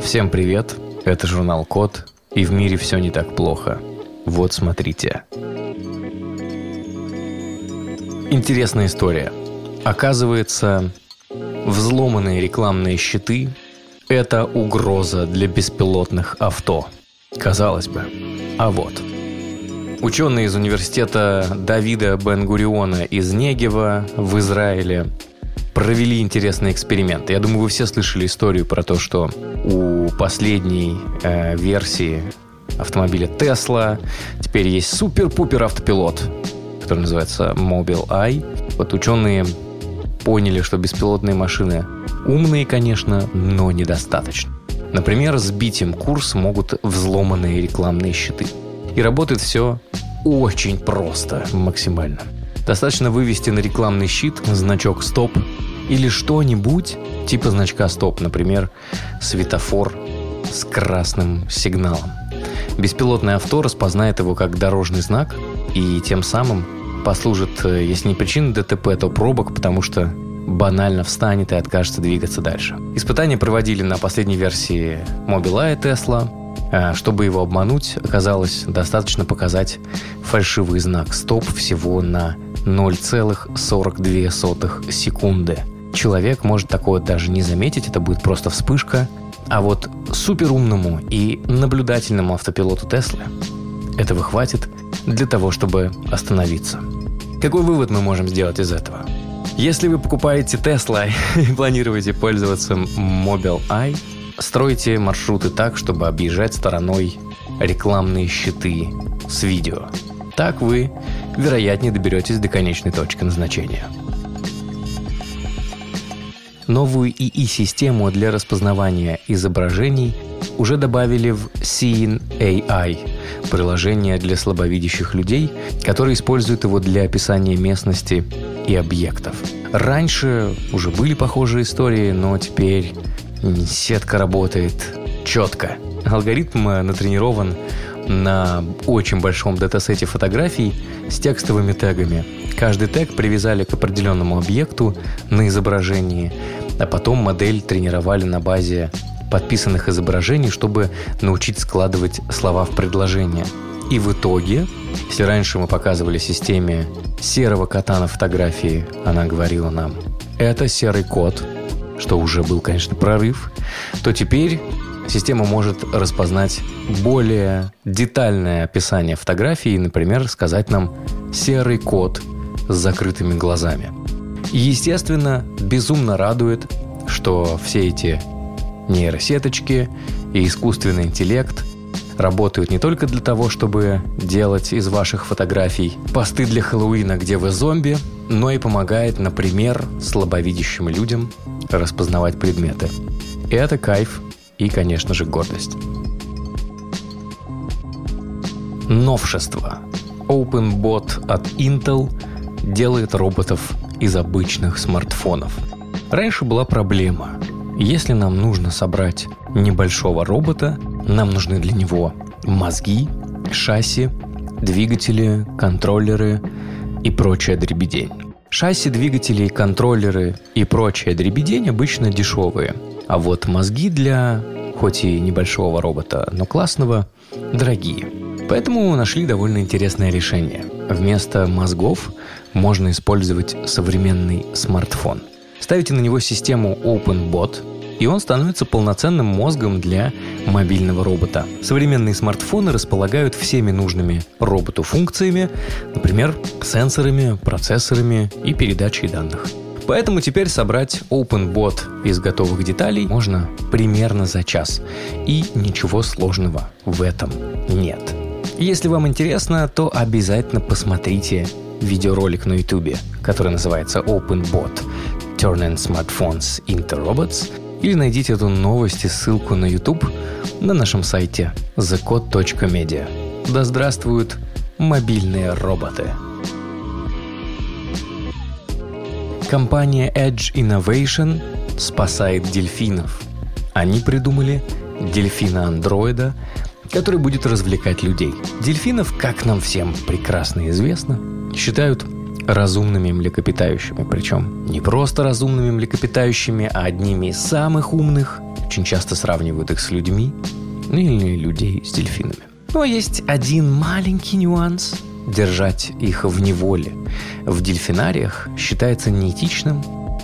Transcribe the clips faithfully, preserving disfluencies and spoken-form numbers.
Всем привет, это журнал Код, и в мире все не так плохо. Вот смотрите. Интересная история. Оказывается, взломанные рекламные щиты – это угроза для беспилотных авто. Казалось бы. А вот. Ученые из университета Давида Бен-Гуриона из Негева в Израиле провели интересный эксперимент. Я думаю, вы все слышали историю про то, что у последней э, версии автомобиля Tesla теперь есть супер-пупер автопилот, который называется Mobileye. Вот ученые поняли, что беспилотные машины умные, конечно, но недостаточно. Например, сбить им курс могут взломанные рекламные щиты. И работает все очень просто, максимально. Достаточно вывести на рекламный щит значок «Стоп» или что-нибудь типа значка «Стоп», например, светофор с красным сигналом. Беспилотное авто распознает его как дорожный знак и тем самым послужит, если не причиной ДТП, то пробок, потому что банально встанет и откажется двигаться дальше. Испытания проводили на последней версии Mobileye Tesla. Чтобы его обмануть, оказалось достаточно показать фальшивый знак «Стоп» всего на ноль целых сорок две сотых секунды. Человек может такое даже не заметить, это будет просто вспышка. А вот суперумному и наблюдательному автопилоту Теслы этого хватит для того, чтобы остановиться. Какой вывод мы можем сделать из этого? Если вы покупаете Tesla и планируете пользоваться Mobileye, стройте маршруты так, чтобы объезжать стороной рекламные щиты с видео. Так вы, вероятнее, доберетесь до конечной точки назначения. Новую и и-систему для распознавания изображений уже добавили в Seeing эй ай, приложение для слабовидящих людей, которое использует его для описания местности и объектов. Раньше уже были похожие истории, но теперь сетка работает четко. Алгоритм натренирован на очень большом датасете фотографий с текстовыми тегами. Каждый тег привязали к определенному объекту на изображении, а потом модель тренировали на базе подписанных изображений, чтобы научить складывать слова в предложения. И в итоге, если раньше мы показывали системе серого кота на фотографии, она говорила нам: это серый кот, что уже был, конечно, прорыв, то теперь система может распознать более детальное описание фотографии и, например, сказать нам «серый кот с закрытыми глазами». И, естественно, безумно радует, что все эти нейросеточки и искусственный интеллект работают не только для того, чтобы делать из ваших фотографий посты для Хэллоуина, где вы зомби, но и помогает, например, слабовидящим людям распознавать предметы. И это кайф и, конечно же, гордость. Новшество. OpenBot от Intel делает роботов из обычных смартфонов. Раньше была проблема. Если нам нужно собрать небольшого робота, нам нужны для него мозги, шасси, двигатели, контроллеры и прочая дребедень. Шасси, двигатели, контроллеры и прочая дребедень обычно дешевые. А вот мозги для, хоть и небольшого робота, но классного, дорогие. Поэтому нашли довольно интересное решение. Вместо мозгов можно использовать современный смартфон. Ставите на него систему OpenBot, и он становится полноценным мозгом для мобильного робота. Современные смартфоны располагают всеми нужными роботу функциями, например, сенсорами, процессорами и передачей данных. Поэтому теперь собрать OpenBot из готовых деталей можно примерно за час. И ничего сложного в этом нет. Если вам интересно, то обязательно посмотрите видеоролик на YouTube, который называется OpenBot Turning Smartphones into Robots, или найдите эту новость и ссылку на YouTube на нашем сайте the code точка media. Да здравствуют мобильные роботы! Компания Edge Innovation спасает дельфинов. Они придумали дельфина-андроида, который будет развлекать людей. Дельфинов, как нам всем прекрасно известно, считают разумными млекопитающими. Причем не просто разумными млекопитающими, а одними из самых умных. Очень часто сравнивают их с людьми. Или людей с дельфинами. Но есть один маленький нюанс. Держать их в неволе в дельфинариях считается неэтичным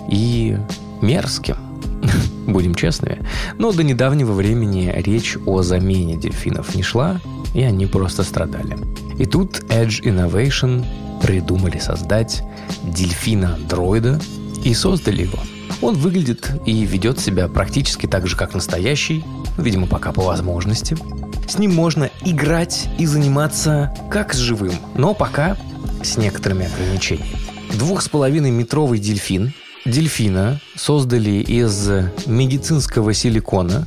и мерзким. Будем честными. Но до недавнего времени речь о замене дельфинов не шла, и они просто страдали. И тут Edge Innovation придумали создать дельфина-андроида и создали его. Он выглядит и ведет себя практически так же, как настоящий, видимо, пока по возможности. С ним можно играть и заниматься как с живым, но пока с некоторыми ограничениями. Двух с половиной метровый дельфин. Дельфина создали из медицинского силикона.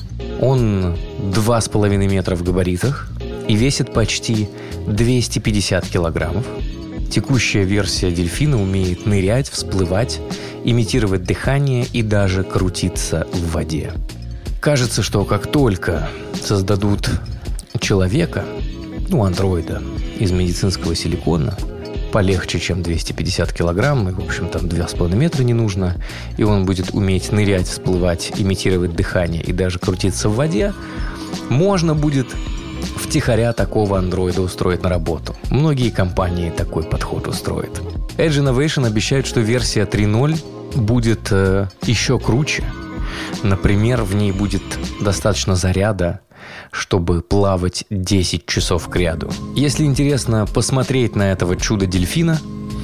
Он два с половиной метра в габаритах и весит почти двести пятьдесят килограммов. Текущая версия дельфина умеет нырять, всплывать, имитировать дыхание и даже крутиться в воде. Кажется, что как только создадут человека, ну, андроида из медицинского силикона, полегче, чем двести пятьдесят килограмм, и, в общем, там два с половиной метра не нужно, и он будет уметь нырять, всплывать, имитировать дыхание и даже крутиться в воде, можно будет втихаря такого андроида устроить на работу. Многие компании такой подход устроят. Edge Innovation обещает, что версия три ноль будет э, еще круче. Например, в ней будет достаточно заряда, чтобы плавать десять часов кряду. Если интересно посмотреть на этого чудо-дельфина,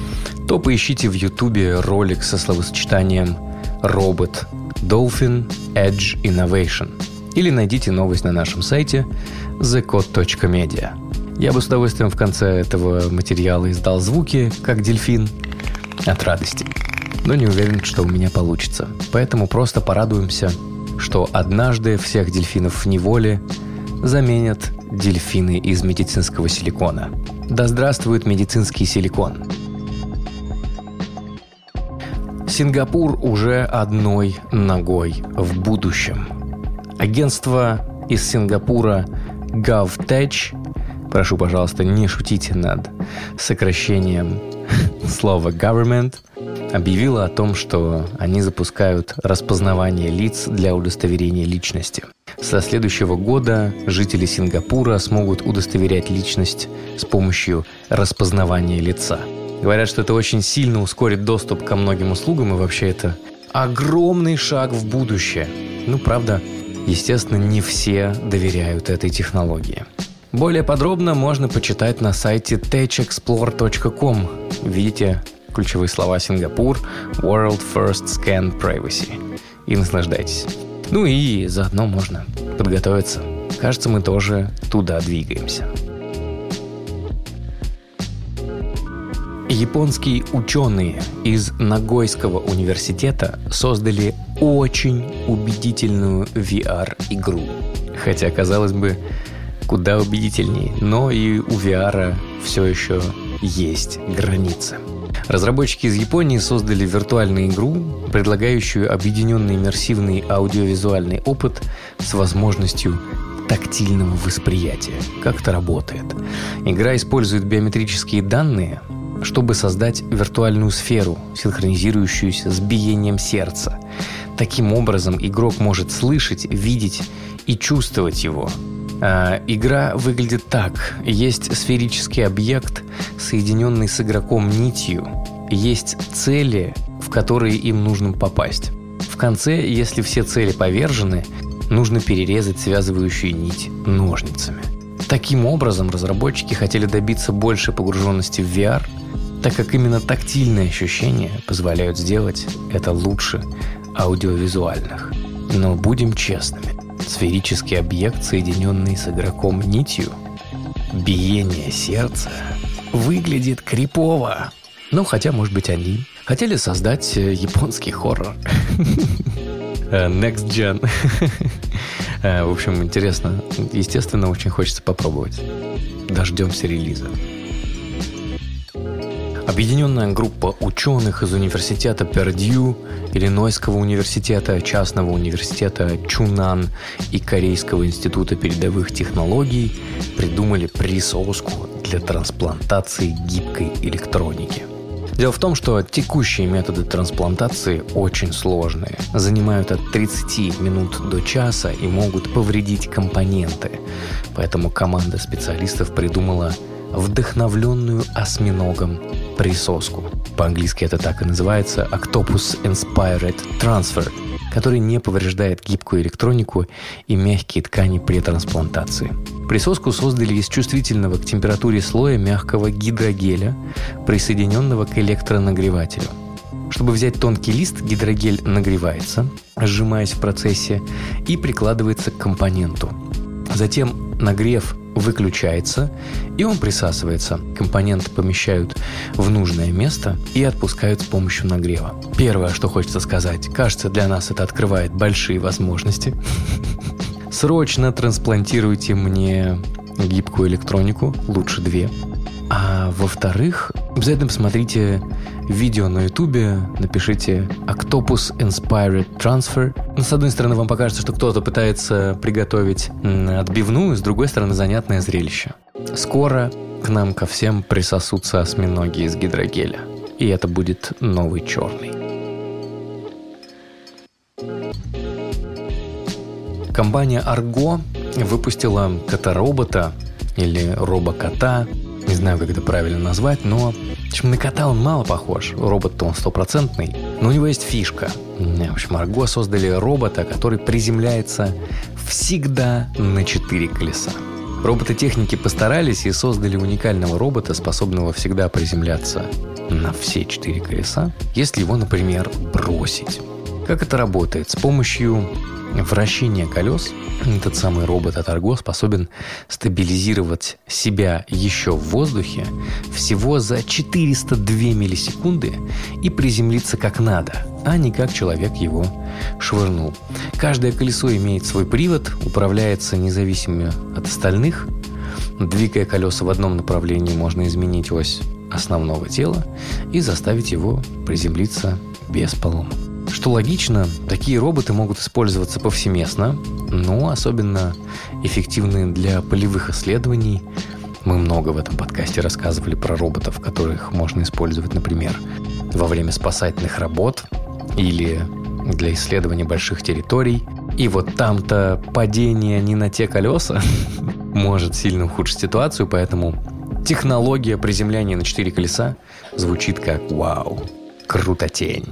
то поищите в Ютубе ролик со словосочетанием «Робот Dolphin Edge Innovation» или найдите новость на нашем сайте the code точка media. Я бы с удовольствием в конце этого материала издал звуки, как дельфин, от радости. Но не уверен, что у меня получится. Поэтому просто порадуемся, что однажды всех дельфинов в неволе заменят дельфины из медицинского силикона. Да здравствует медицинский силикон! Сингапур уже одной ногой в будущем. Агентство из Сингапура GovTech, прошу, пожалуйста, не шутите над сокращением слова government, объявило о том, что они запускают распознавание лиц для удостоверения личности. Со следующего года жители Сингапура смогут удостоверять личность с помощью распознавания лица. Говорят, что это очень сильно ускорит доступ ко многим услугам, и вообще это огромный шаг в будущее. Ну, правда, естественно, не все доверяют этой технологии. Более подробно можно почитать на сайте tech explore точка com. Видите ключевые слова Сингапур, World First Scan Privacy. И наслаждайтесь. Ну и заодно можно подготовиться. Кажется, мы тоже туда двигаемся. Японские ученые из Нагойского университета создали очень убедительную ви ар-игру. Хотя, казалось бы, куда убедительнее, но и у ви ар все еще есть границы. Разработчики из Японии создали виртуальную игру, предлагающую объединенный иммерсивный аудиовизуальный опыт с возможностью тактильного восприятия. Как это работает? Игра использует биометрические данные, чтобы создать виртуальную сферу, синхронизирующуюся с биением сердца. Таким образом, игрок может слышать, видеть и чувствовать его. А, игра выглядит так. Есть сферический объект, соединенный с игроком нитью. Есть цели, в которые им нужно попасть. В конце, если все цели повержены, нужно перерезать связывающую нить ножницами. Таким образом, разработчики хотели добиться большей погруженности в ви ар, так как именно тактильные ощущения позволяют сделать это лучше аудиовизуальных. Но будем честными, сферический объект, соединенный с игроком нитью, биение сердца, выглядит крипово. Ну, хотя, может быть, они хотели создать японский хоррор. Next Gen. В общем, интересно. Естественно, очень хочется попробовать. Дождемся релиза. Объединенная группа ученых из университета Пердью, Иллинойского университета, частного университета Чунан и Корейского института передовых технологий придумали присоску для трансплантации гибкой электроники. Дело в том, что текущие методы трансплантации очень сложные, занимают от тридцати минут до часа и могут повредить компоненты. Поэтому команда специалистов придумала вдохновленную осьминогом присоску. По-английски это так и называется Octopus Inspired Transfer, который не повреждает гибкую электронику и мягкие ткани при трансплантации. Присоску создали из чувствительного к температуре слоя мягкого гидрогеля, присоединенного к электронагревателю. Чтобы взять тонкий лист, гидрогель нагревается, сжимаясь в процессе, и прикладывается к компоненту. Затем нагрев выключается, и он присасывается. Компоненты помещают в нужное место и отпускают с помощью нагрева. Первое, что хочется сказать, кажется, для нас это открывает большие возможности. Срочно трансплантируйте мне гибкую электронику, лучше две. А во-вторых, обязательно посмотрите видео на ютубе, напишите Octopus Inspired Transfer. Ну, с одной стороны, вам покажется, что кто-то пытается приготовить отбивную, с другой стороны, занятное зрелище. Скоро к нам ко всем присосутся осьминоги из гидрогеля. И это будет новый черный. Компания Argo выпустила кота-робота или робокота. Не знаю, как это правильно назвать, но в общем, на кота он мало похож. Робот-то он стопроцентный. Но у него есть фишка. В общем, Argo создали робота, который приземляется всегда на четыре колеса. Робототехники постарались и создали уникального робота, способного всегда приземляться на все четыре колеса, если его, например, бросить. Как это работает? С помощью вращения колес этот самый робот от Argo способен стабилизировать себя еще в воздухе всего за четыреста две миллисекунды и приземлиться как надо, а не как человек его швырнул. Каждое колесо имеет свой привод, управляется независимо от остальных. Двигая колеса в одном направлении, можно изменить ось основного тела и заставить его приземлиться без поломок. Что логично, такие роботы могут использоваться повсеместно, но особенно эффективны для полевых исследований. Мы много в этом подкасте рассказывали про роботов, которых можно использовать, например, во время спасательных работ или для исследования больших территорий. И вот там-то падение не на те колеса может сильно ухудшить ситуацию, поэтому технология приземляния на четыре колеса звучит как «Вау, крутотень».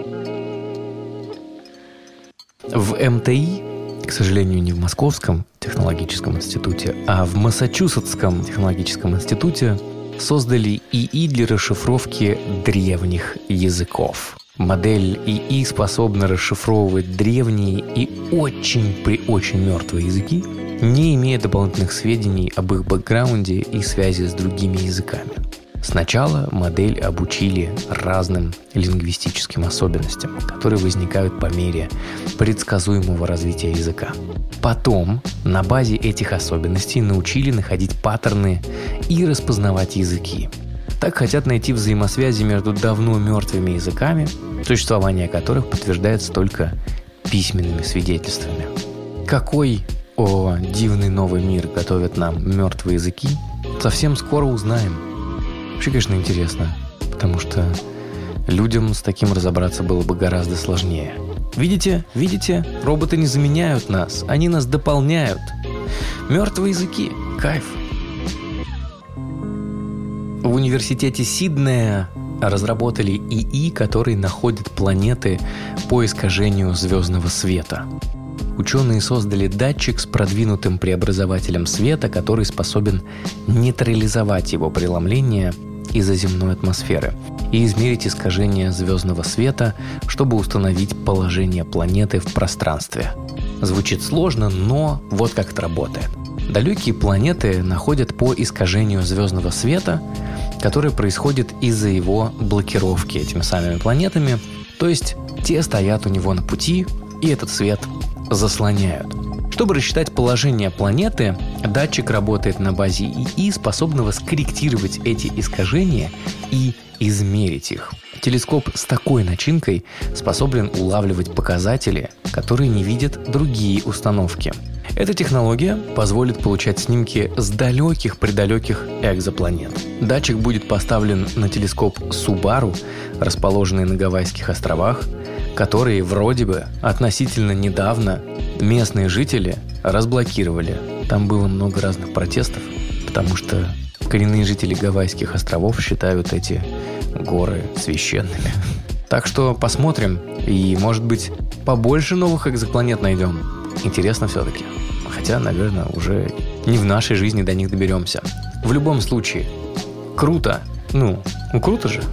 В эм тэ и, к сожалению, не в Московском технологическом институте, а в Массачусетском технологическом институте создали ИИ для расшифровки древних языков. Модель ИИ способна расшифровывать древние и очень-преочень мертвые языки, не имея дополнительных сведений об их бэкграунде и связи с другими языками. Сначала модель обучили разным лингвистическим особенностям, которые возникают по мере предсказуемого развития языка. Потом на базе этих особенностей научили находить паттерны и распознавать языки. Так хотят найти взаимосвязи между давно мертвыми языками, существование которых подтверждается только письменными свидетельствами. Какой, о, дивный новый мир готовят нам мертвые языки, совсем скоро узнаем. Вообще, конечно, интересно, потому что людям с таким разобраться было бы гораздо сложнее. Видите, видите, роботы не заменяют нас, они нас дополняют. Мертвые языки, кайф. В университете Сиднея разработали ИИ, который находит планеты по искажению звездного света. Ученые создали датчик с продвинутым преобразователем света, который способен нейтрализовать его преломление из-за земной атмосферы и измерить искажение звездного света, чтобы установить положение планеты в пространстве. Звучит сложно, но вот как это работает. Далекие планеты находят по искажению звездного света, которое происходит из-за его блокировки этими самыми планетами, то есть те стоят у него на пути, и этот свет заслоняют. Чтобы рассчитать положение планеты, датчик работает на базе ИИ, способного скорректировать эти искажения и измерить их. Телескоп с такой начинкой способен улавливать показатели, которые не видят другие установки. Эта технология позволит получать снимки с далеких-предалеких экзопланет. Датчик будет поставлен на телескоп Субару, расположенный на Гавайских островах, которые вроде бы относительно недавно местные жители разблокировали. Там было много разных протестов, потому что коренные жители Гавайских островов считают эти горы священными. Так что посмотрим, и, может быть, побольше новых экзопланет найдем. Интересно все-таки. Хотя, наверное, уже не в нашей жизни до них доберемся. В любом случае, круто. Ну, ну круто же.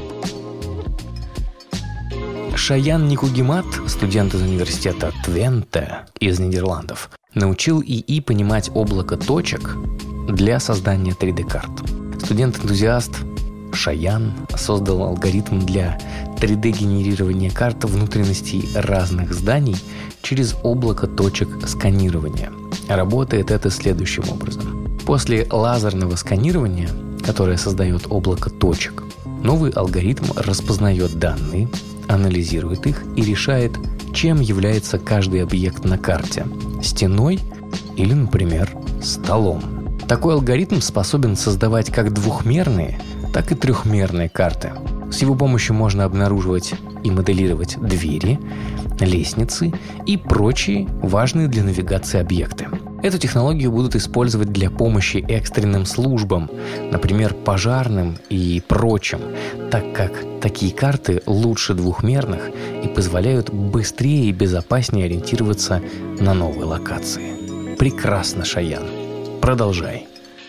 Шаян Никугимат, студент из университета Твенте из Нидерландов, научил ИИ понимать облако точек для создания три дэ-карт. Студент-энтузиаст Шаян создал алгоритм для три дэ-генерирования карт внутренностей разных зданий через облако точек сканирования. Работает это следующим образом. После лазерного сканирования, которое создает облако точек, новый алгоритм распознает данные, анализирует их и решает, чем является каждый объект на карте – стеной или, например, столом. Такой алгоритм способен создавать как двухмерные, так и трехмерные карты. С его помощью можно обнаруживать и моделировать двери, лестницы и прочие важные для навигации объекты. Эту технологию будут использовать для помощи экстренным службам, например, пожарным и прочим, так как такие карты лучше двухмерных и позволяют быстрее и безопаснее ориентироваться на новые локации. Прекрасно, Шаян. Продолжай.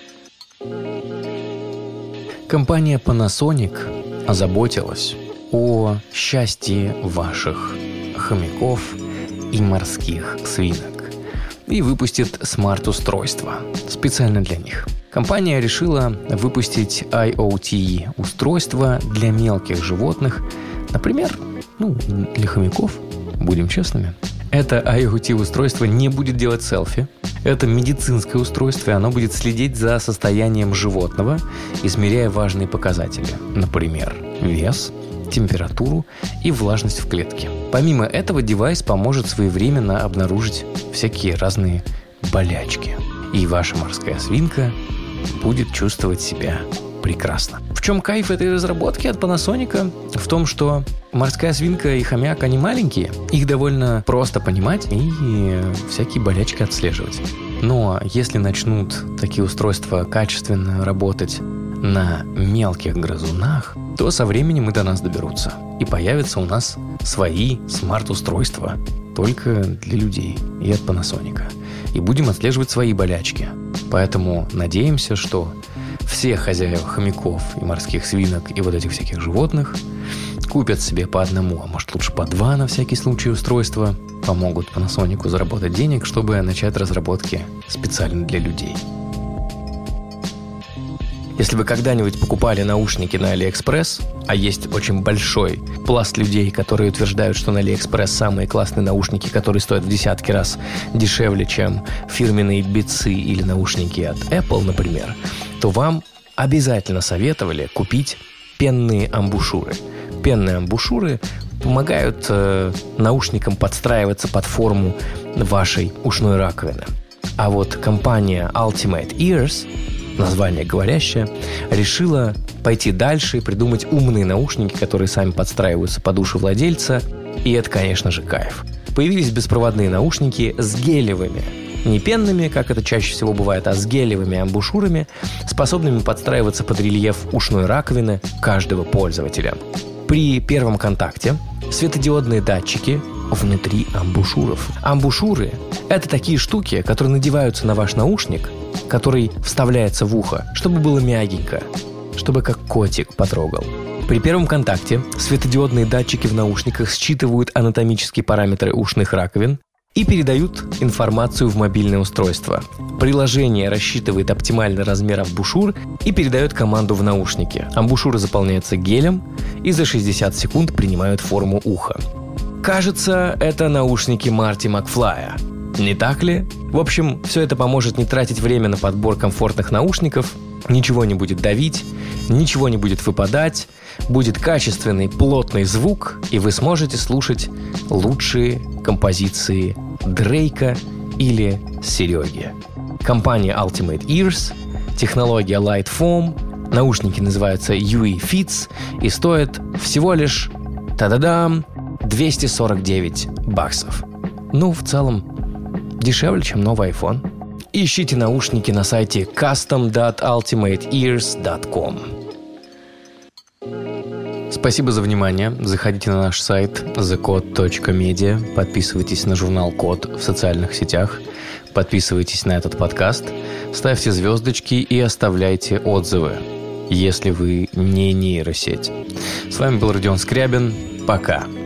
Компания Panasonic озаботилась о счастье ваших хомяков и морских свинок и выпустит смарт-устройство специально для них. Компания решила выпустить ай о ти-устройство для мелких животных, например, ну, для хомяков, будем честными. Это ай о ти-устройство не будет делать селфи. Это медицинское устройство, и оно будет следить за состоянием животного, измеряя важные показатели, например, вес, температуру и влажность в клетке. Помимо этого, девайс поможет своевременно обнаружить всякие разные болячки. И ваша морская свинка будет чувствовать себя прекрасно. В чем кайф этой разработки от Panasonic? В том, что морская свинка и хомяк, они маленькие, их довольно просто понимать и всякие болячки отслеживать. Но если начнут такие устройства качественно работать на мелких грызунах, то со временем и до нас доберутся. И появятся у нас свои смарт-устройства только для людей и от Panasonic. И будем отслеживать свои болячки. Поэтому надеемся, что все хозяева хомяков и морских свинок и вот этих всяких животных купят себе по одному, а может лучше по два на всякий случай устройства, помогут Panasonic заработать денег, чтобы начать разработки специально для людей. Если вы когда-нибудь покупали наушники на AliExpress, а есть очень большой пласт людей, которые утверждают, что на AliExpress самые классные наушники, которые стоят в десятки раз дешевле, чем фирменные Beats или наушники от Apple, например, то вам обязательно советовали купить пенные амбушюры. Пенные амбушюры помогают э, наушникам подстраиваться под форму вашей ушной раковины. А вот компания Ultimate Ears, название говорящее, решила пойти дальше и придумать умные наушники, которые сами подстраиваются под уши владельца. И это, конечно же, кайф. Появились беспроводные наушники с гелевыми, не пенными, как это чаще всего бывает, а с гелевыми амбушюрами, способными подстраиваться под рельеф ушной раковины каждого пользователя. При первом контакте светодиодные датчики внутри амбушюров. Амбушюры – это такие штуки, которые надеваются на ваш наушник, который вставляется в ухо, чтобы было мягенько, чтобы как котик потрогал. При первом контакте светодиодные датчики в наушниках считывают анатомические параметры ушных раковин и передают информацию в мобильное устройство. Приложение рассчитывает оптимальный размер амбушюр и передает команду в наушники. Амбушюры заполняются гелем и за шестьдесят секунд принимают форму уха. Кажется, это наушники Марти Макфлая. Не так ли? В общем, все это поможет не тратить время на подбор комфортных наушников, ничего не будет давить, ничего не будет выпадать, будет качественный, плотный звук, и вы сможете слушать лучшие композиции Дрейка или Сереги. Компания Ultimate Ears, технология Lightfoam, наушники называются ю и Fits и стоят всего лишь, та-да-дам, двести сорок девять баксов. Ну, в целом, дешевле, чем новый iPhone. Ищите наушники на сайте кастом точка ультимейт иирс точка ком. Спасибо за внимание. Заходите на наш сайт зе код точка медиа, подписывайтесь на журнал Код в социальных сетях, подписывайтесь на этот подкаст, ставьте звездочки и оставляйте отзывы, если вы не нейросеть. С вами был Родион Скрябин. Пока.